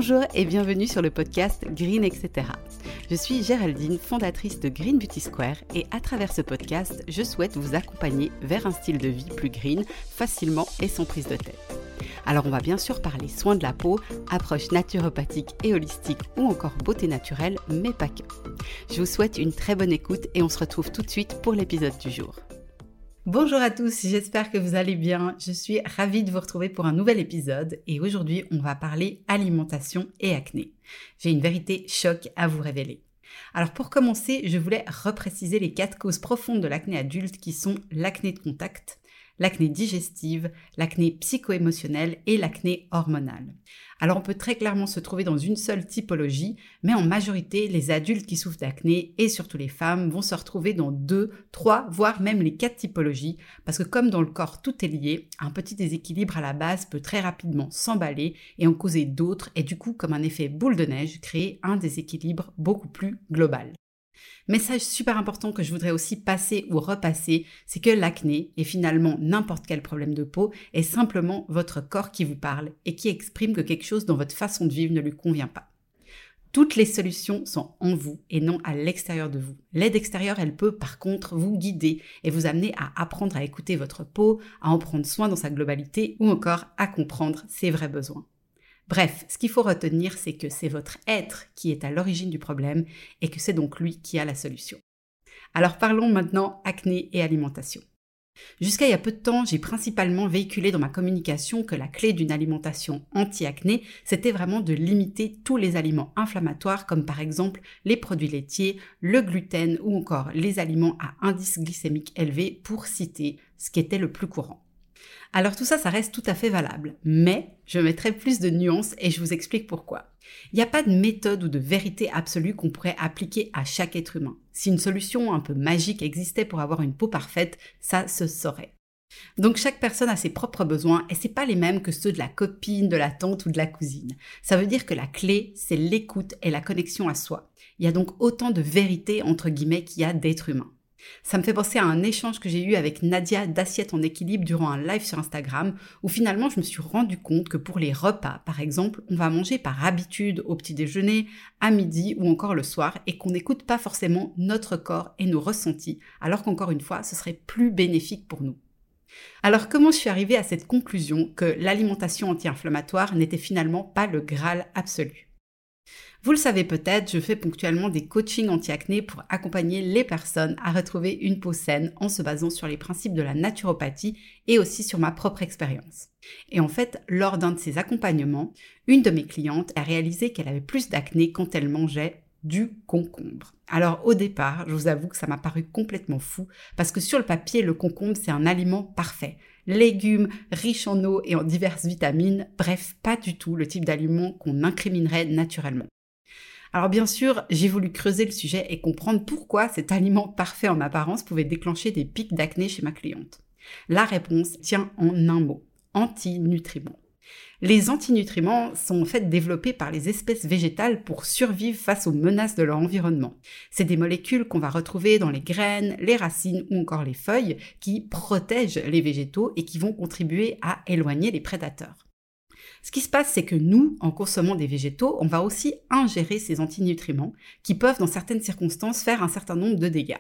Bonjour et bienvenue sur le podcast Green etc. Je suis Géraldine, fondatrice de Green Beauty Square et à travers ce podcast, je souhaite vous accompagner vers un style de vie plus green, facilement et sans prise de tête. Alors on va bien sûr parler soins de la peau, approche naturopathique et holistique ou encore beauté naturelle, mais pas que. Je vous souhaite une très bonne écoute et on se retrouve tout de suite pour l'épisode du jour. Bonjour à tous, j'espère que vous allez bien. Je suis ravie de vous retrouver pour un nouvel épisode et aujourd'hui on va parler alimentation et acné. J'ai une vérité choc à vous révéler. Alors pour commencer, je voulais repréciser les 4 causes profondes de l'acné adulte qui sont l'acné de contact, l'acné digestive, l'acné psycho-émotionnelle et l'acné hormonale. Alors on peut très clairement se trouver dans une seule typologie, mais en majorité, les adultes qui souffrent d'acné et surtout les femmes vont se retrouver dans 2, 3, voire même les 4 typologies, parce que comme dans le corps tout est lié, un petit déséquilibre à la base peut très rapidement s'emballer et en causer d'autres et du coup, comme un effet boule de neige, créer un déséquilibre beaucoup plus global. Message super important que je voudrais aussi passer ou repasser, c'est que l'acné, et finalement n'importe quel problème de peau, est simplement votre corps qui vous parle et qui exprime que quelque chose dans votre façon de vivre ne lui convient pas. Toutes les solutions sont en vous et non à l'extérieur de vous. L'aide extérieure, elle peut par contre vous guider et vous amener à apprendre à écouter votre peau, à en prendre soin dans sa globalité ou encore à comprendre ses vrais besoins. Bref, ce qu'il faut retenir, c'est que c'est votre être qui est à l'origine du problème et que c'est donc lui qui a la solution. Alors parlons maintenant acné et alimentation. Jusqu'à il y a peu de temps, j'ai principalement véhiculé dans ma communication que la clé d'une alimentation anti-acné, c'était vraiment de limiter tous les aliments inflammatoires comme par exemple les produits laitiers, le gluten ou encore les aliments à indice glycémique élevé pour citer ce qui était le plus courant. Alors tout ça, ça reste tout à fait valable, mais je mettrai plus de nuances et je vous explique pourquoi. Il n'y a pas de méthode ou de vérité absolue qu'on pourrait appliquer à chaque être humain. Si une solution un peu magique existait pour avoir une peau parfaite, ça se saurait. Donc chaque personne a ses propres besoins et c'est pas les mêmes que ceux de la copine, de la tante ou de la cousine. Ça veut dire que la clé, c'est l'écoute et la connexion à soi. Il y a donc autant de vérité entre guillemets qu'il y a d'êtres humains. Ça me fait penser à un échange que j'ai eu avec Nadia d'Assiette en équilibre durant un live sur Instagram où finalement je me suis rendu compte que pour les repas, par exemple, on va manger par habitude au petit déjeuner, à midi ou encore le soir et qu'on n'écoute pas forcément notre corps et nos ressentis alors qu'encore une fois, ce serait plus bénéfique pour nous. Alors comment je suis arrivée à cette conclusion que l'alimentation anti-inflammatoire n'était finalement pas le Graal absolu ? Vous le savez peut-être, je fais ponctuellement des coachings anti-acné pour accompagner les personnes à retrouver une peau saine en se basant sur les principes de la naturopathie et aussi sur ma propre expérience. Et en fait, lors d'un de ces accompagnements, une de mes clientes a réalisé qu'elle avait plus d'acné quand elle mangeait du concombre. Alors au départ, je vous avoue que ça m'a paru complètement fou parce que sur le papier, le concombre c'est un aliment parfait. Légumes, riche en eau et en diverses vitamines, bref, pas du tout le type d'aliment qu'on incriminerait naturellement. Alors bien sûr, j'ai voulu creuser le sujet et comprendre pourquoi cet aliment parfait en apparence pouvait déclencher des pics d'acné chez ma cliente. La réponse tient en un mot, antinutriments. Les antinutriments sont en fait développés par les espèces végétales pour survivre face aux menaces de leur environnement. C'est des molécules qu'on va retrouver dans les graines, les racines ou encore les feuilles qui protègent les végétaux et qui vont contribuer à éloigner les prédateurs. Ce qui se passe, c'est que nous, en consommant des végétaux, on va aussi ingérer ces antinutriments qui peuvent, dans certaines circonstances, faire un certain nombre de dégâts.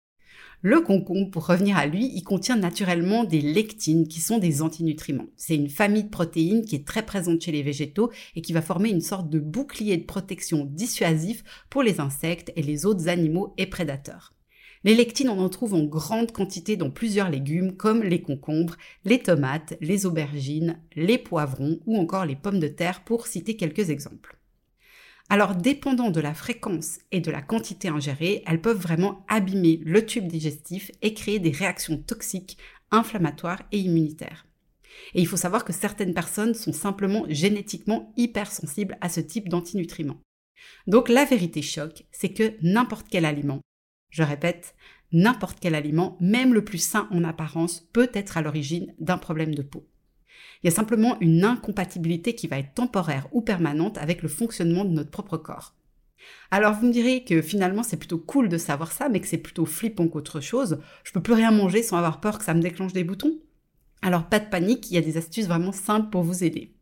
Le concombre, pour revenir à lui, il contient naturellement des lectines qui sont des antinutriments. C'est une famille de protéines qui est très présente chez les végétaux et qui va former une sorte de bouclier de protection dissuasif pour les insectes et les autres animaux et prédateurs. Les lectines, on en trouve en grande quantité dans plusieurs légumes comme les concombres, les tomates, les aubergines, les poivrons ou encore les pommes de terre pour citer quelques exemples. Alors, dépendant de la fréquence et de la quantité ingérée, elles peuvent vraiment abîmer le tube digestif et créer des réactions toxiques, inflammatoires et immunitaires. Et il faut savoir que certaines personnes sont simplement génétiquement hypersensibles à ce type d'antinutriments. Donc la vérité choc, c'est que n'importe quel aliment, je répète, n'importe quel aliment, même le plus sain en apparence, peut être à l'origine d'un problème de peau. Il y a simplement une incompatibilité qui va être temporaire ou permanente avec le fonctionnement de notre propre corps. Alors vous me direz que finalement c'est plutôt cool de savoir ça, mais que c'est plutôt flippant qu'autre chose. Je peux plus rien manger sans avoir peur que ça me déclenche des boutons. Alors pas de panique, il y a des astuces vraiment simples pour vous aider.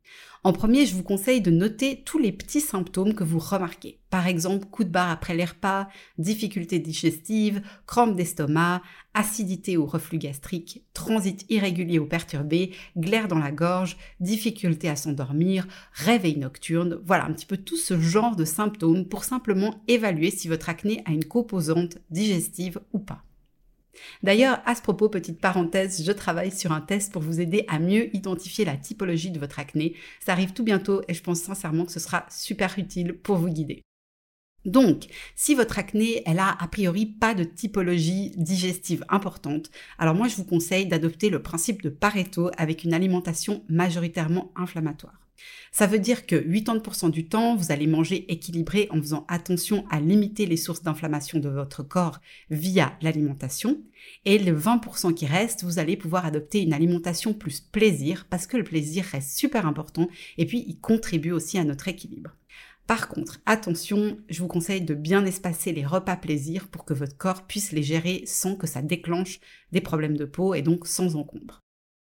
En premier, je vous conseille de noter tous les petits symptômes que vous remarquez. Par exemple, coup de barre après les repas, difficultés digestives, crampes d'estomac, acidité ou reflux gastrique, transit irrégulier ou perturbé, glaire dans la gorge, difficulté à s'endormir, réveil nocturne. Voilà un petit peu tout ce genre de symptômes pour simplement évaluer si votre acné a une composante digestive ou pas. D'ailleurs, à ce propos, petite parenthèse, je travaille sur un test pour vous aider à mieux identifier la typologie de votre acné. Ça arrive tout bientôt et je pense sincèrement que ce sera super utile pour vous guider. Donc, si votre acné, elle a priori pas de typologie digestive importante, alors moi je vous conseille d'adopter le principe de Pareto avec une alimentation majoritairement inflammatoire. Ça veut dire que 80% du temps, vous allez manger équilibré en faisant attention à limiter les sources d'inflammation de votre corps via l'alimentation. Et le 20% qui reste, vous allez pouvoir adopter une alimentation plus plaisir parce que le plaisir reste super important et puis il contribue aussi à notre équilibre. Par contre, attention, je vous conseille de bien espacer les repas plaisir pour que votre corps puisse les gérer sans que ça déclenche des problèmes de peau et donc sans encombre.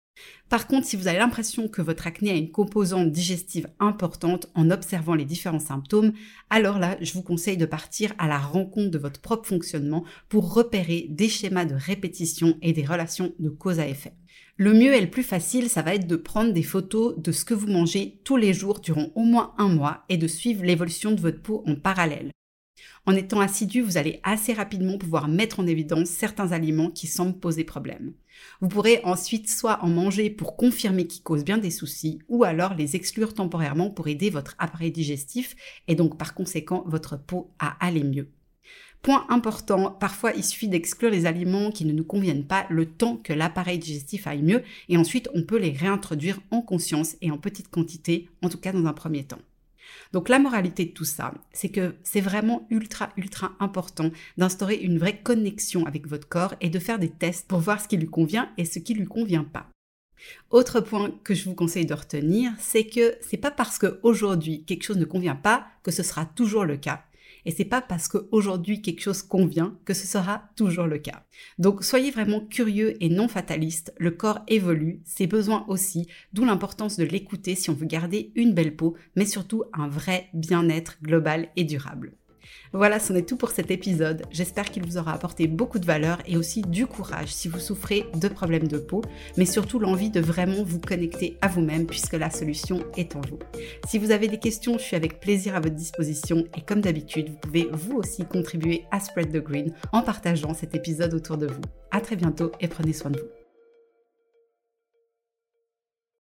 Par contre, si vous avez l'impression que votre acné a une composante digestive importante en observant les différents symptômes, alors là, je vous conseille de partir à la rencontre de votre propre fonctionnement pour repérer des schémas de répétition et des relations de cause à effet. Le mieux et le plus facile, ça va être de prendre des photos de ce que vous mangez tous les jours durant au moins un mois et de suivre l'évolution de votre peau en parallèle. En étant assidu, vous allez assez rapidement pouvoir mettre en évidence certains aliments qui semblent poser problème. Vous pourrez ensuite soit en manger pour confirmer qu'ils causent bien des soucis, ou alors les exclure temporairement pour aider votre appareil digestif et donc par conséquent votre peau à aller mieux. Point important, parfois il suffit d'exclure les aliments qui ne nous conviennent pas le temps que l'appareil digestif aille mieux et ensuite on peut les réintroduire en conscience et en petite quantité, en tout cas dans un premier temps. Donc la moralité de tout ça, c'est que c'est vraiment ultra important d'instaurer une vraie connexion avec votre corps et de faire des tests pour voir ce qui lui convient et ce qui lui convient pas. Autre point que je vous conseille de retenir, c'est que c'est pas parce qu'aujourd'hui quelque chose ne convient pas que ce sera toujours le cas. Et c'est pas parce qu'aujourd'hui quelque chose convient que ce sera toujours le cas. Donc soyez vraiment curieux et non fataliste, le corps évolue, ses besoins aussi, d'où l'importance de l'écouter si on veut garder une belle peau, mais surtout un vrai bien-être global et durable. Voilà, c'en est tout pour cet épisode. J'espère qu'il vous aura apporté beaucoup de valeur et aussi du courage si vous souffrez de problèmes de peau, mais surtout l'envie de vraiment vous connecter à vous-même puisque la solution est en vous. Si vous avez des questions, je suis avec plaisir à votre disposition et comme d'habitude, vous pouvez vous aussi contribuer à Spread the Green en partageant cet épisode autour de vous. À très bientôt et prenez soin de vous.